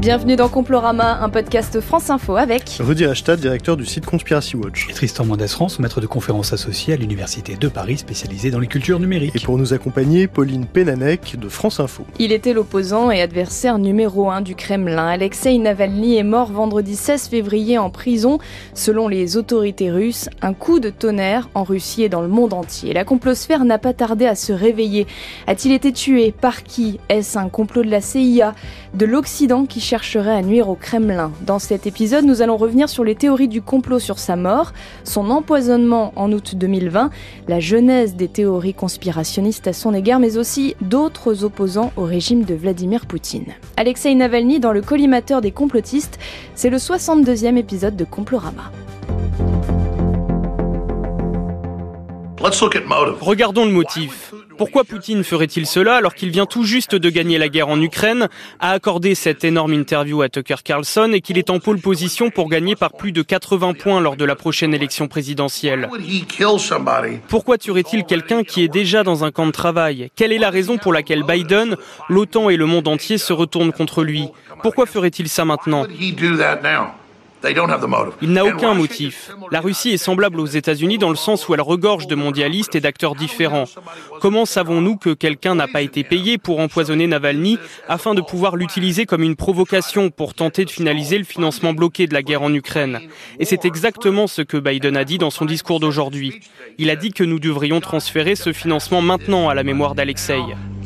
Bienvenue dans Complorama, un podcast France Info avec Rudy Reichstadt, directeur du site Conspiracy Watch. Et Tristan Mendès-France, maître de conférences associé à l'Université de Paris, spécialisé dans les cultures numériques. Et pour nous accompagner, Pauline Pénanec de France Info. Il était l'opposant et adversaire numéro 1 du Kremlin. Alexeï Navalny est mort vendredi 16 février en prison. Selon les autorités russes, un coup de tonnerre en Russie et dans le monde entier. La complosphère n'a pas tardé à se réveiller. A-t-il été tué? Par qui? Est-ce un complot de la CIA, de l'Occident qui chercherait à nuire au Kremlin? Dans cet épisode, nous allons revenir sur les théories du complot sur sa mort, son empoisonnement en août 2020, la genèse des théories conspirationnistes à son égard, mais aussi d'autres opposants au régime de Vladimir Poutine. Alexeï Navalny dans le collimateur des complotistes, c'est le 62e épisode de Complorama. Regardons le motif. Pourquoi Poutine ferait-il cela alors qu'il vient tout juste de gagner la guerre en Ukraine, a accordé cette énorme interview à Tucker Carlson et qu'il est en pole position pour gagner par plus de 80 points lors de la prochaine élection présidentielle? Pourquoi tuerait-il quelqu'un qui est déjà dans un camp de travail? Quelle est la raison pour laquelle Biden, l'OTAN et le monde entier se retournent contre lui? Pourquoi ferait-il ça maintenant? Il n'a aucun motif. La Russie est semblable aux États-Unis dans le sens où elle regorge de mondialistes et d'acteurs différents. Comment savons-nous que quelqu'un n'a pas été payé pour empoisonner Navalny afin de pouvoir l'utiliser comme une provocation pour tenter de finaliser le financement bloqué de la guerre en Ukraine? Et c'est exactement ce que Biden a dit dans son discours d'aujourd'hui. Il a dit que nous devrions transférer ce financement maintenant à la mémoire d'Alexeï.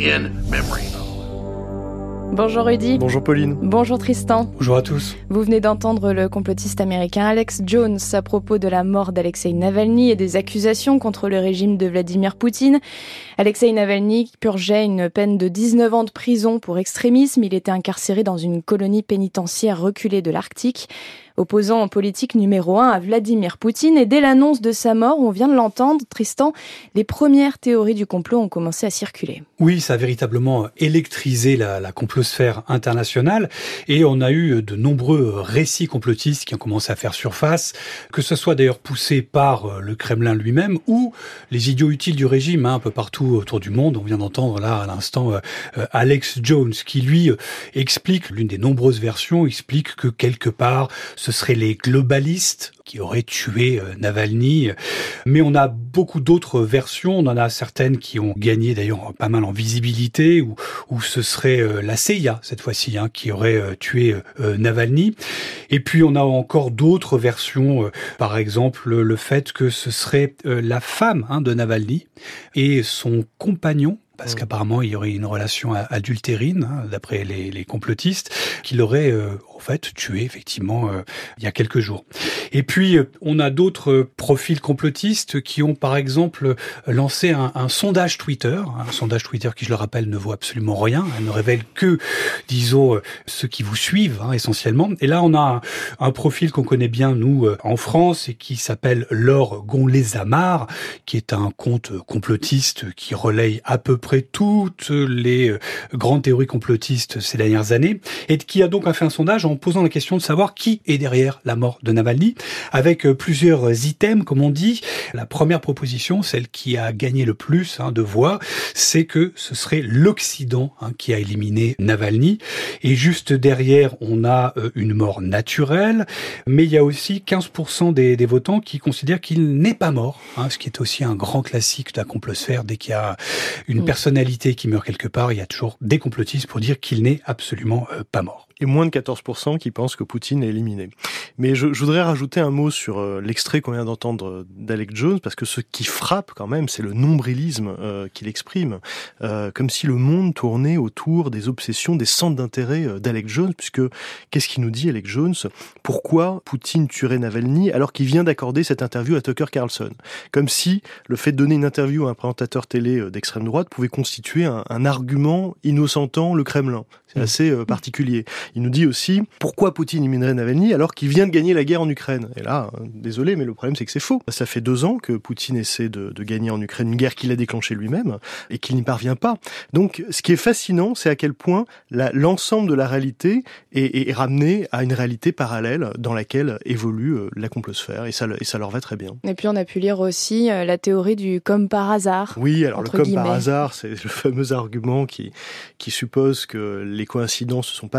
Bonjour Rudy. Bonjour Pauline. Bonjour Tristan. Bonjour à tous. Vous venez d'entendre le complotiste américain Alex Jones à propos de la mort d'Alexeï Navalny et des accusations contre le régime de Vladimir Poutine. Alexeï Navalny purgeait une peine de 19 ans de prison pour extrémisme. Il était incarcéré dans une colonie pénitentiaire reculée de l'Arctique. Opposant en politique numéro 1 à Vladimir Poutine. Et dès l'annonce de sa mort, on vient de l'entendre, Tristan, les premières théories du complot ont commencé à circuler. Oui, ça a véritablement électrisé la complosphère internationale et on a eu de nombreux récits complotistes qui ont commencé à faire surface, que ce soit d'ailleurs poussé par le Kremlin lui-même ou les idiots utiles du régime, un peu partout autour du monde. On vient d'entendre là à l'instant Alex Jones qui lui explique, l'une des nombreuses versions, explique que quelque part ce seraient les globalistes qui auraient tué Navalny. Mais on a beaucoup d'autres versions. On en a certaines qui ont gagné d'ailleurs pas mal en visibilité, où ce serait la CIA, cette fois-ci, qui aurait tué Navalny. Et puis on a encore d'autres versions, par exemple le fait que ce serait la femme de Navalny et son compagnon, parce qu'apparemment il y aurait une relation adultérine, d'après les complotistes, qui l'aurait en fait tué effectivement il y a quelques jours. Et puis on a d'autres profils complotistes qui ont par exemple lancé un sondage Twitter, un sondage Twitter qui, je le rappelle, ne vaut absolument rien, elle ne révèle que, disons, ceux qui vous suivent essentiellement. Et là on a un profil qu'on connaît bien nous en France et qui s'appelle Laure Gonlé-Zamar, qui est un compte complotiste qui relaye à peu près toutes les grandes théories complotistes ces dernières années, et qui a donc fait un sondage en posant la question de savoir qui est derrière la mort de Navalny, avec plusieurs items, comme on dit. La première proposition, celle qui a gagné le plus de voix, c'est que ce serait l'Occident qui a éliminé Navalny. Et juste derrière, on a une mort naturelle, mais il y a aussi 15% des votants qui considèrent qu'il n'est pas mort, ce qui est aussi un grand classique de la complosphère. Dès qu'il y a une personnalité qui meurt quelque part, il y a toujours des complotistes pour dire qu'il n'est absolument pas mort. Et moins de 14% qui pensent que Poutine est éliminé. Mais je voudrais rajouter un mot sur l'extrait qu'on vient d'entendre d'Alex Jones, parce que ce qui frappe quand même, c'est le nombrilisme qu'il exprime, comme si le monde tournait autour des obsessions, des centres d'intérêt d'Alex Jones, puisque qu'est-ce qu'il nous dit Alex Jones? Pourquoi Poutine tuerait Navalny alors qu'il vient d'accorder cette interview à Tucker Carlson? Comme si le fait de donner une interview à un présentateur télé d'extrême droite pouvait constituer un argument innocentant le Kremlin. C'est assez particulier. Il nous dit aussi pourquoi Poutine éliminerait Navalny alors qu'il vient de gagner la guerre en Ukraine. Et là, désolé, mais le problème c'est que c'est faux. Ça fait 2 ans que Poutine essaie de gagner en Ukraine une guerre qu'il a déclenchée lui-même et qu'il n'y parvient pas. Donc, ce qui est fascinant, c'est à quel point l'ensemble de la réalité est ramené à une réalité parallèle dans laquelle évolue la complosphère, et ça leur va très bien. Et puis on a pu lire aussi la théorie du comme par hasard. Oui, alors le comme par hasard, c'est le fameux argument qui suppose que les coïncidences ne sont pas fortuites.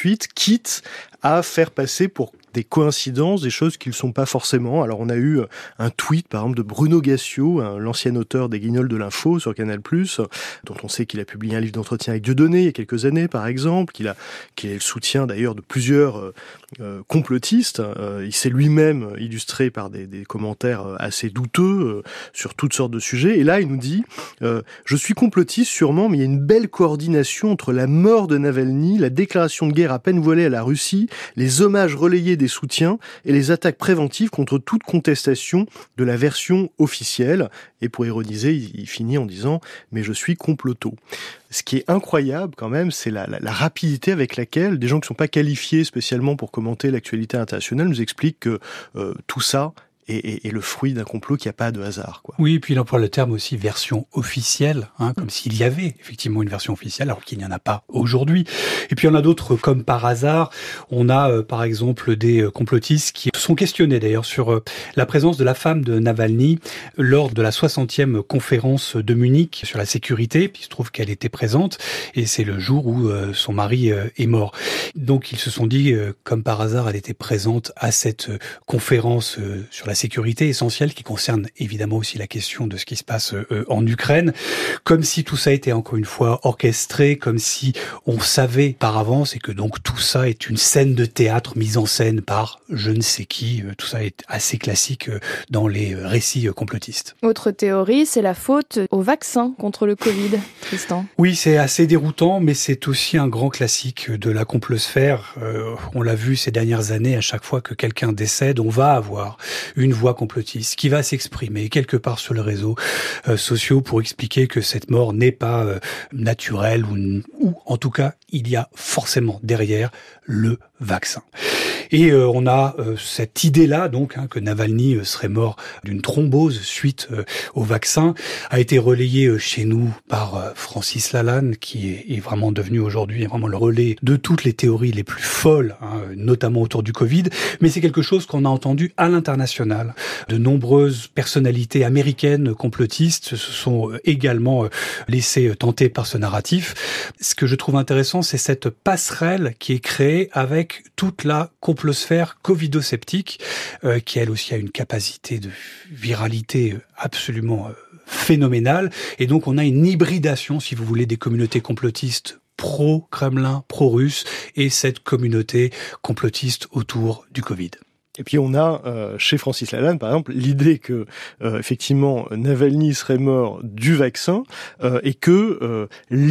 suite, quitte à faire passer pour des coïncidences, des choses qui ne le sont pas forcément. Alors on a eu un tweet par exemple de Bruno Gassio, l'ancien auteur des Guignols de l'info sur Canal+, dont on sait qu'il a publié un livre d'entretien avec Dieudonné il y a quelques années par exemple, qu'il a le soutien d'ailleurs de plusieurs complotistes. Il s'est lui-même illustré par des commentaires assez douteux sur toutes sortes de sujets. Et là il nous dit je suis complotiste sûrement, mais il y a une belle coordination entre la mort de Navalny, la déclaration de guerre à peine voilée à la Russie, les hommages relayés des soutiens et les attaques préventives contre toute contestation de la version officielle. Et pour ironiser, il finit en disant « mais je suis comploto ». Ce qui est incroyable quand même, c'est la rapidité avec laquelle des gens qui ne sont pas qualifiés spécialement pour commenter l'actualité internationale nous expliquent que tout ça est le fruit d'un complot qui n'a pas de hasard, quoi. Oui, et puis il emploie le terme aussi version officielle, comme s'il y avait effectivement une version officielle, alors qu'il n'y en a pas aujourd'hui. Et puis il y en a d'autres comme par hasard. On a par exemple des complotistes qui se sont questionnés d'ailleurs sur la présence de la femme de Navalny lors de la 60e conférence de Munich sur la sécurité. Puis il se trouve qu'elle était présente et c'est le jour où son mari est mort. Donc ils se sont dit, comme par hasard, elle était présente à cette conférence sur la sécurité essentielle qui concerne évidemment aussi la question de ce qui se passe en Ukraine, comme si tout ça était encore une fois orchestré, comme si on savait par avance et que donc tout ça est une scène de théâtre mise en scène par je ne sais qui. Tout ça est assez classique dans les récits complotistes. Autre théorie, c'est la faute au vaccin contre le Covid, Tristan. Oui, c'est assez déroutant, mais c'est aussi un grand classique de la complosphère. On l'a vu ces dernières années, à chaque fois que quelqu'un décède, on va avoir une voix complotiste qui va s'exprimer quelque part sur les réseaux sociaux pour expliquer que cette mort n'est pas naturelle ou en tout cas il y a forcément derrière le vaccin. Et on a cette idée-là, donc, que Navalny serait mort d'une thrombose suite au vaccin, a été relayée chez nous par Francis Lalanne, qui est vraiment devenu aujourd'hui vraiment le relais de toutes les théories les plus folles, notamment autour du Covid. Mais c'est quelque chose qu'on a entendu à l'international. De nombreuses personnalités américaines complotistes se sont également laissées tenter par ce narratif. Ce que je trouve intéressant, c'est cette passerelle qui est créée avec toute la complosphère covidosceptique, qui elle aussi a une capacité de viralité absolument phénoménale. Et donc on a une hybridation, si vous voulez, des communautés complotistes pro-Kremlin, pro-russe, et cette communauté complotiste autour du Covid. Et puis on a chez Francis Lalanne, par exemple, l'idée que effectivement Navalny serait mort du vaccin et que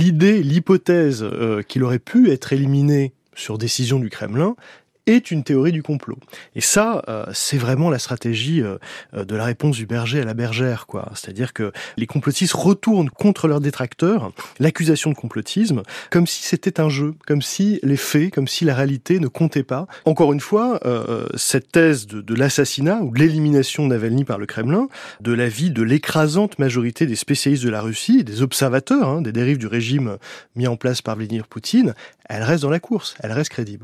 l'hypothèse qu'il aurait pu être éliminé sur décision du Kremlin est une théorie du complot. Et ça, c'est vraiment la stratégie de la réponse du berger à la bergère, quoi. C'est-à-dire que les complotistes retournent contre leurs détracteurs l'accusation de complotisme comme si c'était un jeu, comme si les faits, comme si la réalité ne comptait pas. Encore une fois, cette thèse de l'assassinat ou de l'élimination de Navalny par le Kremlin, de l'avis de l'écrasante majorité des spécialistes de la Russie, des observateurs des dérives du régime mis en place par Vladimir Poutine, elle reste dans la course, elle reste crédible.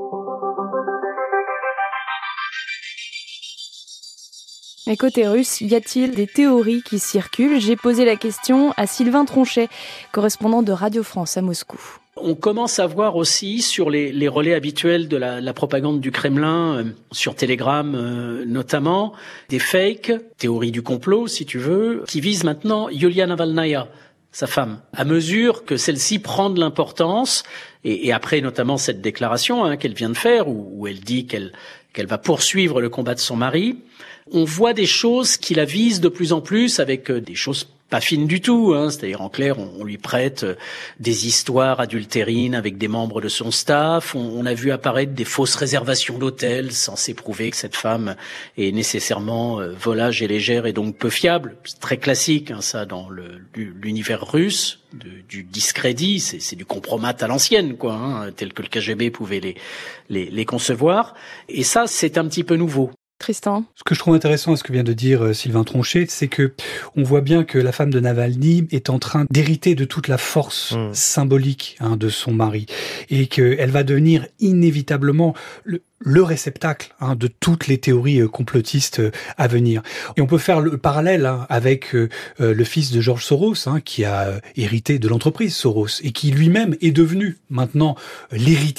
Et côté russe, y a-t-il des théories qui circulent ? J'ai posé la question à Sylvain Tronchet, correspondant de Radio France à Moscou. On commence à voir aussi sur les relais habituels de la propagande du Kremlin, sur Telegram notamment, des fakes, théories du complot si tu veux, qui visent maintenant Yulia Navalnaya, sa femme. À mesure que celle-ci prend de l'importance, et après notamment cette déclaration qu'elle vient de faire, où elle dit qu'elle va poursuivre le combat de son mari, on voit des choses qui la visent de plus en plus avec des choses pas fines du tout, c'est-à-dire en clair, on lui prête des histoires adultérines avec des membres de son staff, on a vu apparaître des fausses réservations d'hôtels censées prouver que cette femme est nécessairement volage et légère et donc peu fiable. C'est très classique, ça, dans l'univers russe, du discrédit, c'est du compromat à l'ancienne, quoi, tel que le KGB pouvait les concevoir. Et ça, c'est un petit peu nouveau. Tristan. Ce que je trouve intéressant à ce que vient de dire Sylvain Tronchet, c'est que on voit bien que la femme de Navalny est en train d'hériter de toute la force symbolique de son mari et qu'elle va devenir inévitablement le réceptacle de toutes les théories complotistes à venir. Et on peut faire le parallèle avec le fils de George Soros, qui a hérité de l'entreprise Soros et qui lui-même est devenu maintenant l'héritier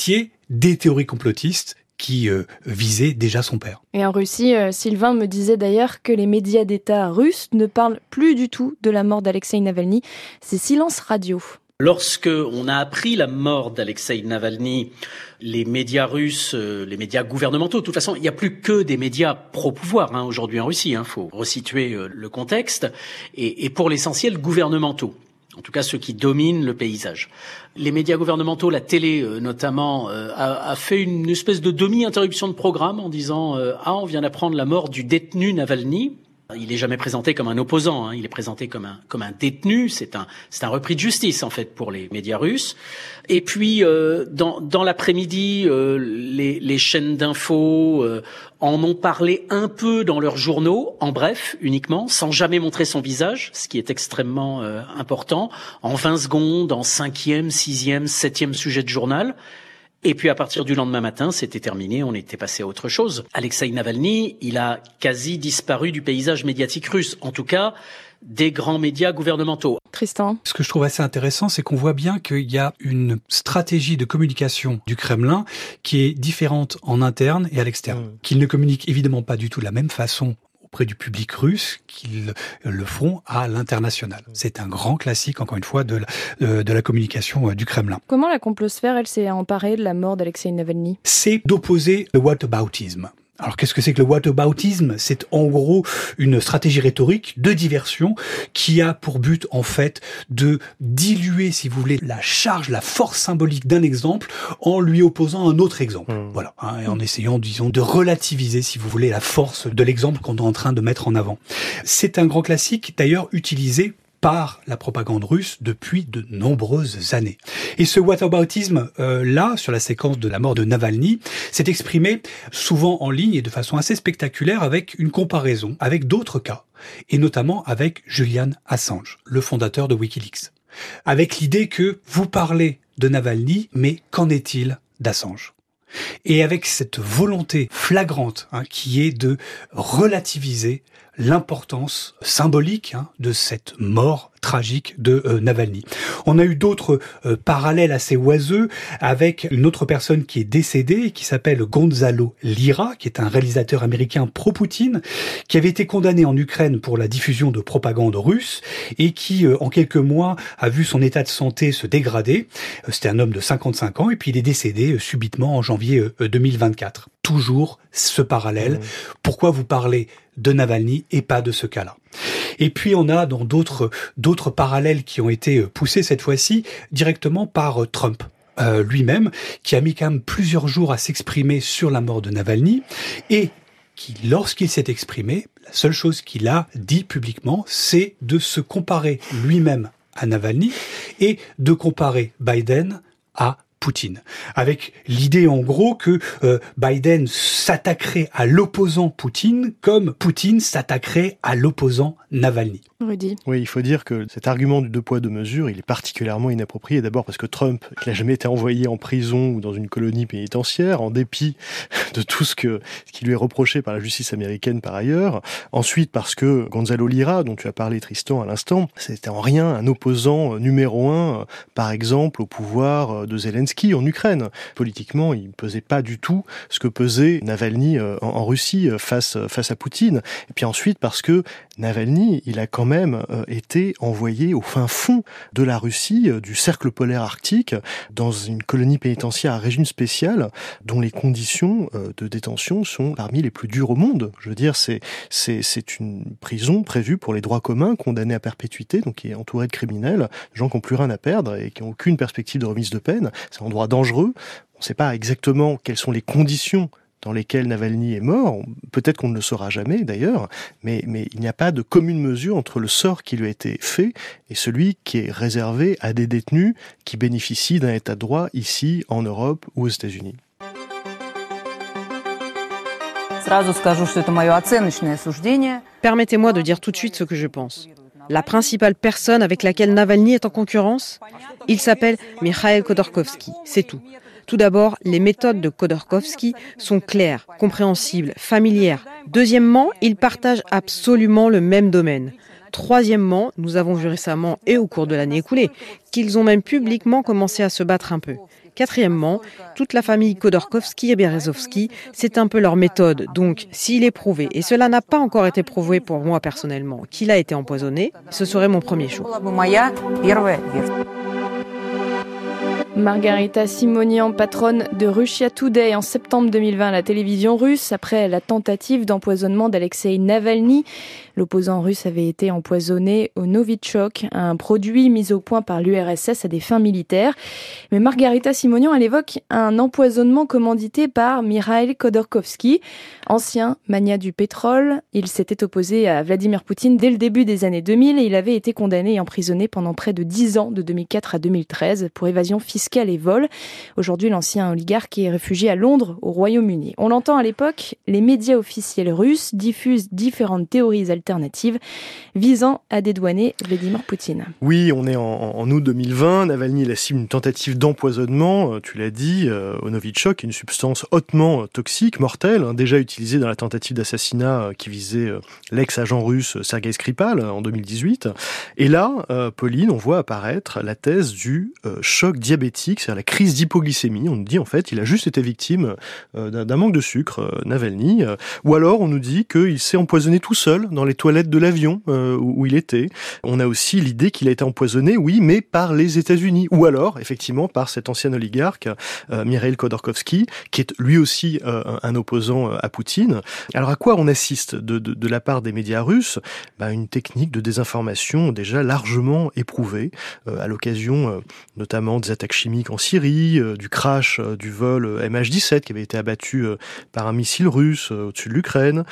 des théories complotistes qui visait déjà son père. Et en Russie, Sylvain me disait d'ailleurs que les médias d'État russes ne parlent plus du tout de la mort d'Alexeï Navalny. C'est silence radio. Lorsque on a appris la mort d'Alexeï Navalny, les médias russes, les médias gouvernementaux, de toute façon, il n'y a plus que des médias pro-pouvoir aujourd'hui en Russie. Faut resituer le contexte, et pour l'essentiel gouvernementaux. En tout cas, ceux qui dominent le paysage. Les médias gouvernementaux, la télé notamment, a fait une espèce de demi-interruption de programme en disant on vient d'apprendre la mort du détenu Navalny. Il est jamais présenté comme un opposant, il est présenté comme un détenu. C'est un repris de justice en fait pour les médias russes. Et puis dans l'après-midi, les chaînes d'infos en ont parlé un peu dans leurs journaux, en bref uniquement, sans jamais montrer son visage, ce qui est extrêmement important. En 20 secondes, en 5e, 6e, 7e sujet de journal. Et puis à partir du lendemain matin, c'était terminé, on était passé à autre chose. Alexeï Navalny, il a quasi disparu du paysage médiatique russe, en tout cas des grands médias gouvernementaux. Tristan. Ce que je trouve assez intéressant, c'est qu'on voit bien qu'il y a une stratégie de communication du Kremlin qui est différente en interne et à l'externe. Qu'il ne communique évidemment pas du tout de la même façon auprès du public russe qu'ils le font à l'international. C'est un grand classique, encore une fois, de la communication du Kremlin. Comment la complosphère, elle s'est emparée de la mort d'Alexeï Navalny ? C'est d'opposer le whataboutisme. Alors qu'est-ce que c'est que le whataboutisme ? C'est en gros une stratégie rhétorique de diversion qui a pour but en fait de diluer, si vous voulez, la charge, la force symbolique d'un exemple en lui opposant un autre exemple. Voilà, et en essayant, disons, de relativiser, si vous voulez, la force de l'exemple qu'on est en train de mettre en avant. C'est un grand classique, d'ailleurs, utilisé par la propagande russe depuis de nombreuses années. Et ce whataboutisme, là, sur la séquence de la mort de Navalny, s'est exprimé souvent en ligne et de façon assez spectaculaire avec une comparaison avec d'autres cas, et notamment avec Julian Assange, le fondateur de Wikileaks. Avec l'idée que vous parlez de Navalny, mais qu'en est-il d'Assange ? Et avec cette volonté flagrante qui est de relativiser l'importance symbolique de cette mort tragique de Navalny. On a eu d'autres parallèles assez oiseux avec une autre personne qui est décédée, qui s'appelle Gonzalo Lira, qui est un réalisateur américain pro-Poutine, qui avait été condamné en Ukraine pour la diffusion de propagande russe et qui, en quelques mois, a vu son état de santé se dégrader. C'était un homme de 55 ans et puis il est décédé subitement en janvier 2024. Toujours ce parallèle. Pourquoi vous parlez de Navalny et pas de ce cas-là? Et puis on a dans d'autres parallèles qui ont été poussés cette fois-ci directement par Trump lui-même, qui a mis quand même plusieurs jours à s'exprimer sur la mort de Navalny et qui, lorsqu'il s'est exprimé, la seule chose qu'il a dit publiquement, c'est de se comparer lui-même à Navalny et de comparer Biden à Poutine, avec l'idée en gros que Biden s'attaquerait à l'opposant Poutine comme Poutine s'attaquerait à l'opposant Navalny. Rudy. Oui, il faut dire que cet argument du deux poids deux mesures, il est particulièrement inapproprié. D'abord parce que Trump, il n'a jamais été envoyé en prison ou dans une colonie pénitentiaire, en dépit de tout ce qui lui est reproché par la justice américaine par ailleurs. Ensuite parce que Gonzalo Lira, dont tu as parlé Tristan à l'instant, c'était en rien un opposant numéro un, par exemple, au pouvoir de Zelensky en Ukraine. Politiquement, il ne pesait pas du tout ce que pesait Navalny en Russie face à Poutine. Et puis ensuite parce que Navalny, il a quand même été envoyé au fin fond de la Russie, du cercle polaire arctique, dans une colonie pénitentiaire à régime spécial, dont les conditions de détention sont parmi les plus dures au monde. Je veux dire, c'est une prison prévue pour les droits communs, condamnés à perpétuité, donc qui est entourée de criminels, de gens qui n'ont plus rien à perdre et qui n'ont aucune perspective de remise de peine. C'est un endroit dangereux. On ne sait pas exactement quelles sont les conditions dans lesquels Navalny est mort, peut-être qu'on ne le saura jamais d'ailleurs, mais il n'y a pas de commune mesure entre le sort qui lui a été fait et celui qui est réservé à des détenus qui bénéficient d'un état de droit ici, en Europe ou aux États-Unis. Permettez-moi de dire tout de suite ce que je pense. La principale personne avec laquelle Navalny est en concurrence, il s'appelle Mikhail Khodorkovsky, c'est tout. Tout d'abord, les méthodes de Khodorkovsky sont claires, compréhensibles, familières. Deuxièmement, ils partagent absolument le même domaine. Troisièmement, nous avons vu récemment et au cours de l'année écoulée qu'ils ont même publiquement commencé à se battre un peu. Quatrièmement, toute la famille Khodorkovsky et Berezovsky, c'est un peu leur méthode. Donc, s'il est prouvé, et cela n'a pas encore été prouvé pour moi personnellement, qu'il a été empoisonné, ce serait mon premier choix. Margarita Simonian, patronne de Russia Today en septembre 2020 à la télévision russe, après la tentative d'empoisonnement d'Alexeï Navalny. L'opposant russe avait été empoisonné au Novichok, un produit mis au point par l'URSS à des fins militaires. Mais Margarita Simonian, elle évoque un empoisonnement commandité par Mikhail Khodorkovsky, ancien magnat du pétrole. Il s'était opposé à Vladimir Poutine dès le début des années 2000 et il avait été condamné et emprisonné pendant près de 10 ans, de 2004 à 2013, pour évasion fiscale et vol. Aujourd'hui, l'ancien oligarque est réfugié à Londres, au Royaume-Uni. On l'entend à l'époque, les médias officiels russes diffusent différentes théories alternatives visant à dédouaner Vladimir Poutine. Oui, on est en août 2020. Navalny est la cible d'une tentative d'empoisonnement, tu l'as dit, au Novichok, une substance hautement toxique, mortelle, déjà utilisée dans la tentative d'assassinat qui visait l'ex-agent russe Sergei Skripal en 2018. Et là, Pauline, on voit apparaître la thèse du choc diabétique, c'est-à-dire la crise d'hypoglycémie. On nous dit en fait il a juste été victime d'un manque de sucre, Navalny. Ou alors on nous dit qu'il s'est empoisonné tout seul dans les toilettes de l'avion où il était. On a aussi l'idée qu'il a été empoisonné, oui, mais par les États-Unis. Ou alors, effectivement, par cet ancien oligarque, Mikhail Khodorkovsky, qui est lui aussi un opposant à Poutine. Alors à quoi on assiste de la part des médias russes ? Une technique de désinformation déjà largement éprouvée, à l'occasion notamment des attaques chimiques en Syrie, du crash du vol MH17 qui avait été abattu par un missile russe au-dessus de l'Ukraine,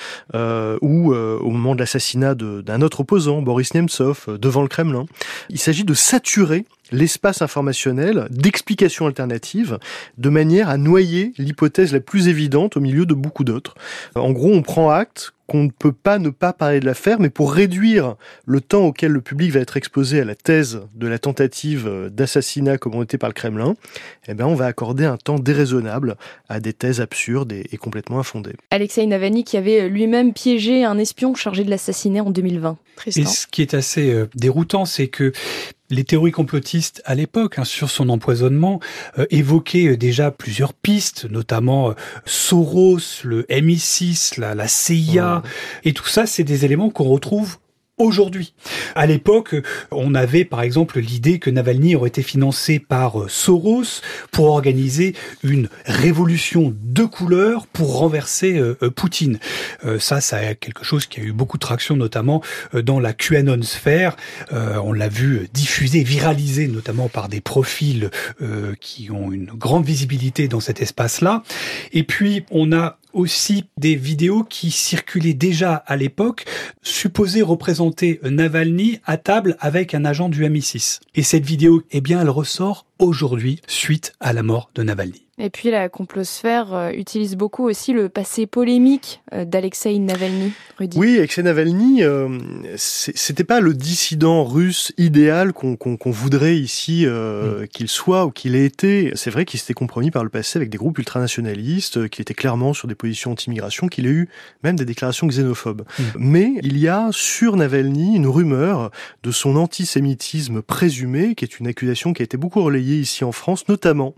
ou au moment de l'assassinat d'un autre opposant, Boris Nemtsov, devant le Kremlin. Il s'agit de saturer l'espace informationnel d'explications alternatives de manière à noyer l'hypothèse la plus évidente au milieu de beaucoup d'autres. En gros, on prend acte qu'on ne peut pas ne pas parler de l'affaire, mais pour réduire le temps auquel le public va être exposé à la thèse de la tentative d'assassinat commanditée par le Kremlin, on va accorder un temps déraisonnable à des thèses absurdes et complètement infondées. Alexeï Navalny qui avait lui-même piégé un espion chargé de l'assassiner en 2020. Tristan. Et ce qui est assez déroutant, c'est que les théories complotistes à l'époque sur son empoisonnement évoquaient déjà plusieurs pistes, notamment Soros, le MI6, la CIA, et tout ça, c'est des éléments qu'on retrouve aujourd'hui. À l'époque, on avait par exemple l'idée que Navalny aurait été financé par Soros pour organiser une révolution de couleur pour renverser Poutine. Ça a quelque chose qui a eu beaucoup de traction, notamment dans la QAnon sphère. On l'a vu diffusé, viralisé, notamment par des profils qui ont une grande visibilité dans cet espace-là. Et puis, on a aussi des vidéos qui circulaient déjà à l'époque, supposées représenter Navalny à table avec un agent du MI6. Et cette vidéo, elle ressort aujourd'hui suite à la mort de Navalny. Et puis la complosphère utilise beaucoup aussi le passé polémique d'Alexeï Navalny, Rudy. Oui, Alexeï Navalny, c'était pas le dissident russe idéal qu'on voudrait ici qu'il soit ou qu'il ait été. C'est vrai qu'il s'était compromis par le passé avec des groupes ultranationalistes, qu'il était clairement sur des positions anti-immigration, qu'il a eu même des déclarations xénophobes. Mais il y a sur Navalny une rumeur de son antisémitisme présumé, qui est une accusation qui a été beaucoup relayée ici en France, notamment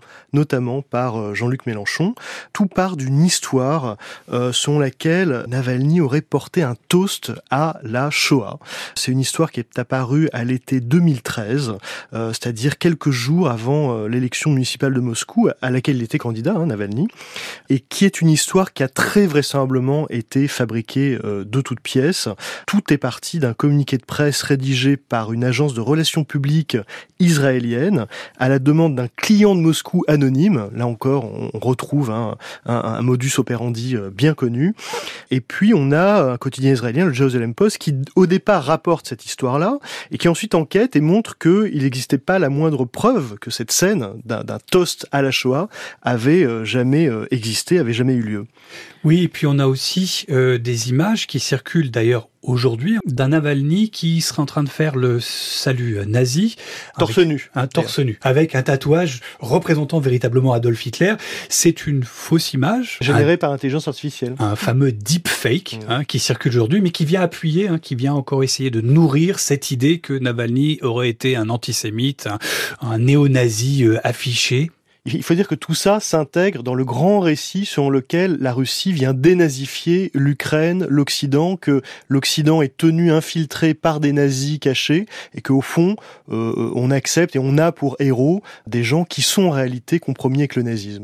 par Jean-Luc Mélenchon. Tout part d'une histoire selon laquelle Navalny aurait porté un toast à la Shoah. C'est une histoire qui est apparue à l'été 2013, c'est-à-dire quelques jours avant l'élection municipale de Moscou, à laquelle il était candidat, Navalny, et qui est une histoire qui a très vraisemblablement été fabriquée de toutes pièces. Tout est parti d'un communiqué de presse rédigé par une agence de relations publiques israélienne à la demande d'un client de Moscou anonyme. Là encore, on retrouve un modus operandi bien connu. Et puis, on a un quotidien israélien, le Jerusalem Post, qui au départ rapporte cette histoire-là et qui ensuite enquête et montre qu'il n'existait pas la moindre preuve que cette scène d'un toast à la Shoah avait jamais existé, avait jamais eu lieu. Oui, et puis on a aussi des images qui circulent d'ailleurs aujourd'hui d'un Navalny qui serait en train de faire le salut nazi. Torse nu. Un torse nu. Avec un tatouage représentant véritablement Adolf Hitler. C'est une fausse image. Générée par intelligence artificielle. Un fameux deepfake qui circule aujourd'hui, mais qui vient appuyer, qui vient encore essayer de nourrir cette idée que Navalny aurait été un antisémite, un néo-nazi affiché. Il faut dire que tout ça s'intègre dans le grand récit selon lequel la Russie vient dénazifier l'Ukraine, l'Occident, que l'Occident est tenu infiltré par des nazis cachés et qu'au fond, on accepte et on a pour héros des gens qui sont en réalité compromis avec le nazisme.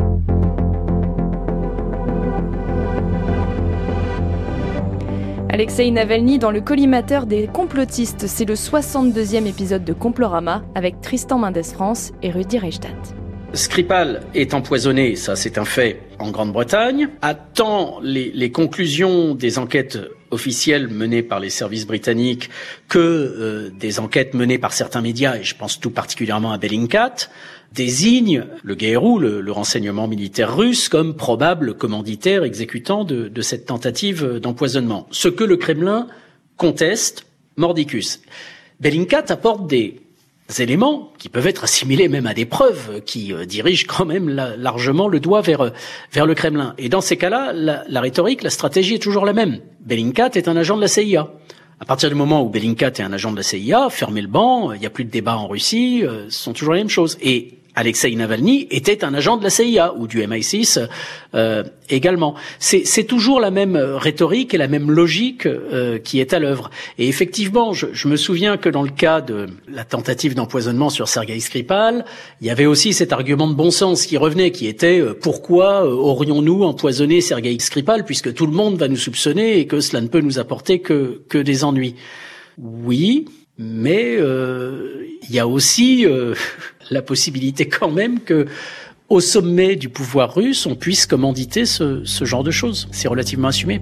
Alexeï Navalny dans le collimateur des complotistes, c'est le 62e épisode de Complorama avec Tristan Mendes France et Rudi Reichstadt. Skripal est empoisonné, ça c'est un fait, en Grande-Bretagne, attend les conclusions des enquêtes officielles menées par les services britanniques que des enquêtes menées par certains médias, et je pense tout particulièrement à Bellingcat, désigne le GRU, le renseignement militaire russe, comme probable commanditaire exécutant de cette tentative d'empoisonnement. Ce que le Kremlin conteste, mordicus. Bellingcat apporte des éléments qui peuvent être assimilés même à des preuves qui dirigent quand même largement le doigt vers le Kremlin. Et dans ces cas-là, la rhétorique, la stratégie est toujours la même. Bellingcat est un agent de la CIA. À partir du moment où Bellingcat est un agent de la CIA, fermez le banc, il n'y a plus de débat en Russie, ce sont toujours les mêmes choses. Et Alexeï Navalny était un agent de la CIA ou du MI6 également. C'est toujours la même rhétorique et la même logique qui est à l'œuvre. Et effectivement, je me souviens que dans le cas de la tentative d'empoisonnement sur Sergueï Skripal, il y avait aussi cet argument de bon sens qui revenait, qui était pourquoi aurions-nous empoisonné Sergueï Skripal puisque tout le monde va nous soupçonner et que cela ne peut nous apporter que des ennuis. Oui, mais il y a aussi la possibilité quand même que, au sommet du pouvoir russe, on puisse commanditer ce genre de choses. C'est relativement assumé.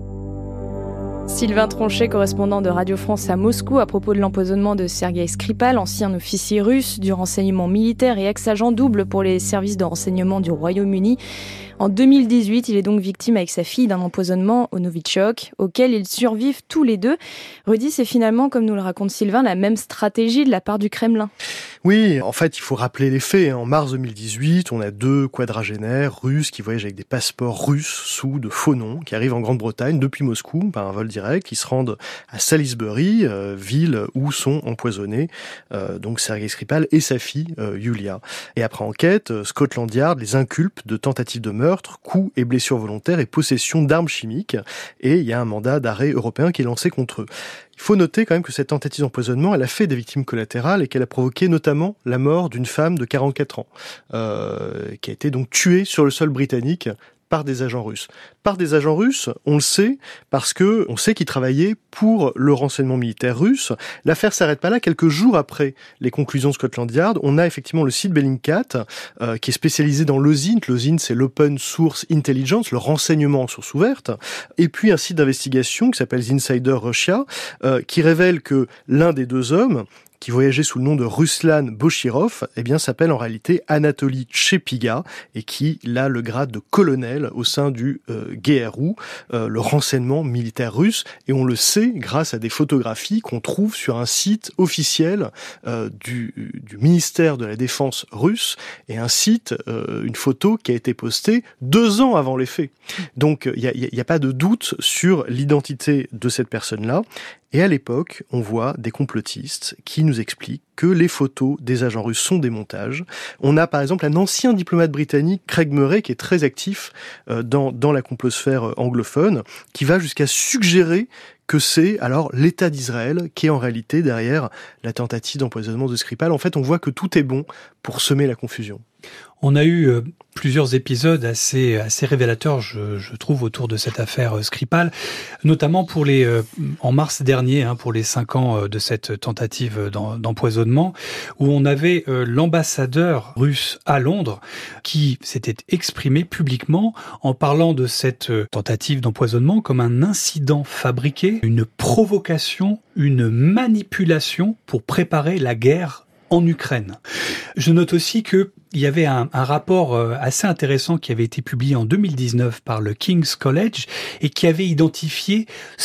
Sylvain Tronchet, correspondant de Radio France à Moscou, à propos de l'empoisonnement de Sergueï Skripal, ancien officier russe du renseignement militaire et ex-agent double pour les services de renseignement du Royaume-Uni. En 2018, il est donc victime avec sa fille d'un empoisonnement au Novichok, auquel ils survivent tous les deux. Rudy, c'est finalement, comme nous le raconte Sylvain, la même stratégie de la part du Kremlin. Oui, en fait, il faut rappeler les faits. En mars 2018, on a 2 quadragénaires russes qui voyagent avec des passeports russes sous de faux noms, qui arrivent en Grande-Bretagne depuis Moscou par un vol direct, qui se rendent à Salisbury, ville où sont empoisonnés donc Sergueï Skripal et sa fille Yulia. Et après enquête, Scotland Yard les inculpe de tentative de meurtre, coups et blessures volontaires et possession d'armes chimiques. Et il y a un mandat d'arrêt européen qui est lancé contre eux. Il faut noter quand même que cette tentative d'empoisonnement, elle a fait des victimes collatérales et qu'elle a provoqué notamment la mort d'une femme de 44 ans, qui a été donc tuée sur le sol britannique par des agents russes. Par des agents russes, on le sait, parce que on sait qu'ils travaillaient pour le renseignement militaire russe. L'affaire s'arrête pas là. Quelques jours après les conclusions de Scotland Yard, on a effectivement le site Bellingcat, qui est spécialisé dans l'OSINT. L'OSINT, c'est l'Open Source Intelligence, le renseignement en source ouverte. Et puis un site d'investigation qui s'appelle The Insider Russia, qui révèle que l'un des 2 hommes, qui voyageait sous le nom de Ruslan Bochirov, eh bien, s'appelle en réalité Anatoly Chepiga et qui a le grade de colonel au sein du GRU, le renseignement militaire russe. Et on le sait grâce à des photographies qu'on trouve sur un site officiel du ministère de la Défense russe et un site, une photo qui a été postée 2 ans avant les faits. Donc, il y a pas de doute sur l'identité de cette personne-là. Et à l'époque, on voit des complotistes qui nous expliquent que les photos des agents russes sont des montages. On a par exemple un ancien diplomate britannique, Craig Murray, qui est très actif dans la complosphère anglophone, qui va jusqu'à suggérer que c'est alors l'État d'Israël qui est en réalité derrière la tentative d'empoisonnement de Skripal. En fait, on voit que tout est bon pour semer la confusion. On a eu plusieurs épisodes assez révélateurs, je trouve, autour de cette affaire Skripal, notamment pour en mars dernier, pour les 5 ans de cette tentative d'empoisonnement, où on avait l'ambassadeur russe à Londres qui s'était exprimé publiquement en parlant de cette tentative d'empoisonnement comme un incident fabriqué, une provocation, une manipulation pour préparer la guerre en Ukraine. Je note aussi que il y avait un rapport assez intéressant qui avait été publié en 2019 par le King's College et qui avait identifié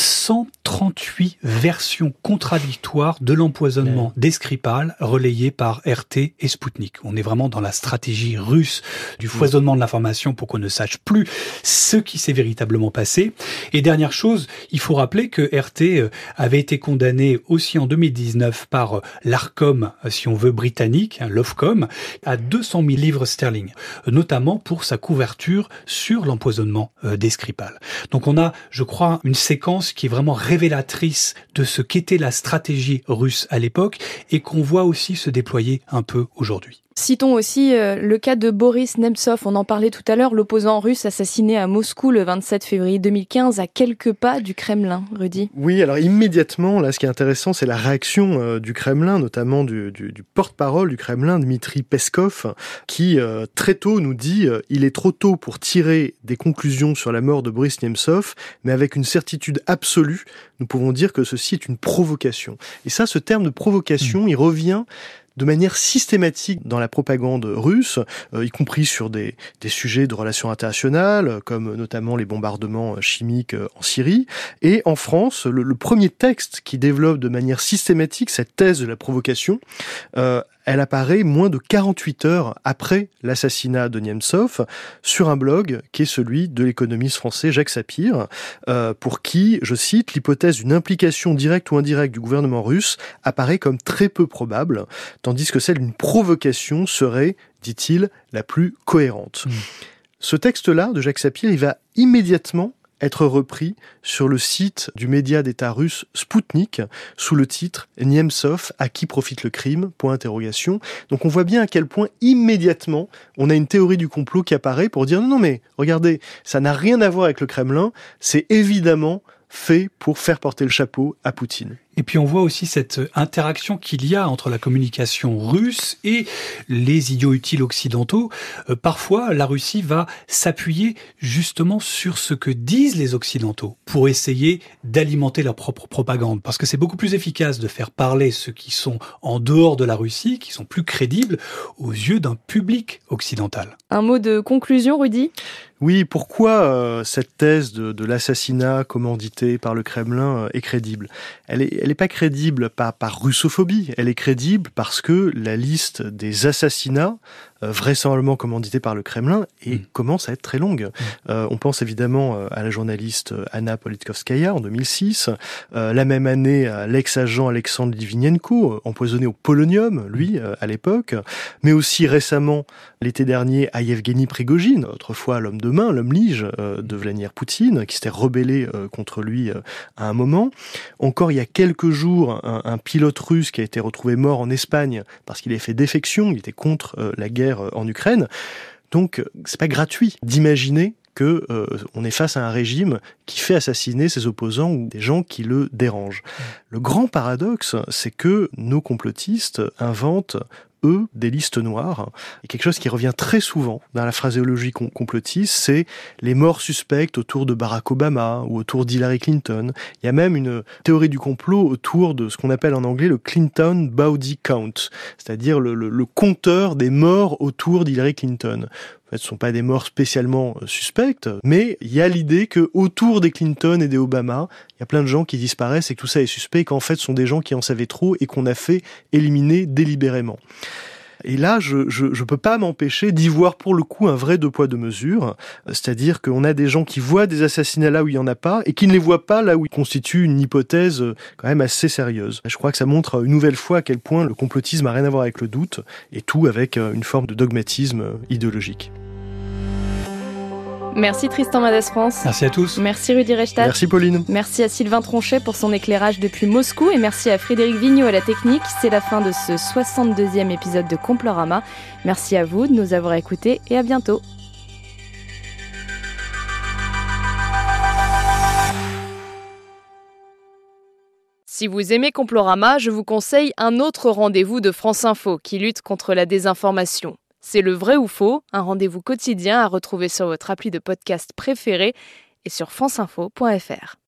138 versions contradictoires de l'empoisonnement des Skripal relayées par RT et Sputnik. On est vraiment dans la stratégie russe du foisonnement de l'information pour qu'on ne sache plus ce qui s'est véritablement passé. Et dernière chose, il faut rappeler que RT avait été condamné aussi en 2019 par l'Arcom, si on veut, britannique, l'Ofcom, à 200 200 000 livres sterling, notamment pour sa couverture sur l'empoisonnement des Skripal. Donc on a, je crois, une séquence qui est vraiment révélatrice de ce qu'était la stratégie russe à l'époque et qu'on voit aussi se déployer un peu aujourd'hui. Citons aussi le cas de Boris Nemtsov, on en parlait tout à l'heure, l'opposant russe assassiné à Moscou le 27 février 2015 à quelques pas du Kremlin. Rudy ? Oui, alors immédiatement, là, ce qui est intéressant, c'est la réaction du Kremlin, notamment du porte-parole du Kremlin, Dmitri Peskov, qui très tôt nous dit « Il est trop tôt pour tirer des conclusions sur la mort de Boris Nemtsov, mais avec une certitude absolue, nous pouvons dire que ceci est une provocation. » Et ça, ce terme de provocation, il revient de manière systématique dans la propagande russe, y compris sur des sujets de relations internationales, comme notamment les bombardements chimiques en Syrie. Et en France, le premier texte qui développe de manière systématique cette thèse de la provocation, elle apparaît moins de 48 heures après l'assassinat de Nemtsov sur un blog qui est celui de l'économiste français Jacques Sapir, pour qui, je cite, l'hypothèse d'une implication directe ou indirecte du gouvernement russe apparaît comme très peu probable, tandis que celle d'une provocation serait, dit-il, la plus cohérente. Ce texte-là de Jacques Sapir, il va immédiatement être repris sur le site du média d'État russe Sputnik sous le titre « Nemtsov, à qui profite le crime ?» Donc on voit bien à quel point immédiatement on a une théorie du complot qui apparaît pour dire « Non mais regardez, ça n'a rien à voir avec le Kremlin, c'est évidemment fait pour faire porter le chapeau à Poutine ». Et puis on voit aussi cette interaction qu'il y a entre la communication russe et les idiots utiles occidentaux. Parfois, la Russie va s'appuyer justement sur ce que disent les Occidentaux pour essayer d'alimenter leur propre propagande. Parce que c'est beaucoup plus efficace de faire parler ceux qui sont en dehors de la Russie, qui sont plus crédibles, aux yeux d'un public occidental. Un mot de conclusion, Rudy ? Oui, pourquoi cette thèse de l'assassinat commandité par le Kremlin est crédible ? Elle est pas crédible par russophobie, elle est crédible parce que la liste des assassinats vraisemblablement commandités par le Kremlin commence à être très longue. On pense évidemment à la journaliste Anna Politkovskaya en 2006, la même année à l'ex-agent Alexandre Litvinenko, empoisonné au polonium, lui, à l'époque, mais aussi récemment, l'été dernier, à Yevgeny Prigojine, autrefois l'homme de main, l'homme lige de Vladimir Poutine, qui s'était rebellé contre lui à un moment. Encore il y a quelques jours, un pilote russe qui a été retrouvé mort en Espagne parce qu'il avait fait défection, il était contre la guerre en Ukraine. Donc, c'est pas gratuit d'imaginer que on est face à un régime qui fait assassiner ses opposants ou des gens qui le dérangent. Le grand paradoxe, c'est que nos complotistes inventent des listes noires. Et quelque chose qui revient très souvent dans la phraséologie complotiste, c'est les morts suspectes autour de Barack Obama ou autour d'Hillary Clinton. Il y a même une théorie du complot autour de ce qu'on appelle en anglais le Clinton Body Count, c'est-à-dire le compteur des morts autour d'Hillary Clinton. En fait, ce ne sont pas des morts spécialement suspectes, mais il y a l'idée que autour des Clinton et des Obama, il y a plein de gens qui disparaissent et que tout ça est suspect, et qu'en fait, ce sont des gens qui en savaient trop et qu'on a fait éliminer délibérément. Et là, je peux pas m'empêcher d'y voir pour le coup un vrai deux poids deux mesures, c'est-à-dire qu'on a des gens qui voient des assassinats là où il y en a pas et qui ne les voient pas là où ils constituent une hypothèse quand même assez sérieuse. Je crois que ça montre une nouvelle fois à quel point le complotisme a rien à voir avec le doute et tout avec une forme de dogmatisme idéologique. Merci Tristan Madès France. Merci à tous. Merci Rudy Reichstadt. Merci Pauline. Merci à Sylvain Tronchet pour son éclairage depuis Moscou et merci à Frédéric Vigneault à la technique. C'est la fin de ce 62e épisode de Complorama. Merci à vous de nous avoir écoutés et à bientôt. Si vous aimez Complorama, je vous conseille un autre rendez-vous de France Info qui lutte contre la désinformation. C'est le vrai ou faux, un rendez-vous quotidien à retrouver sur votre appli de podcast préféré et sur franceinfo.fr.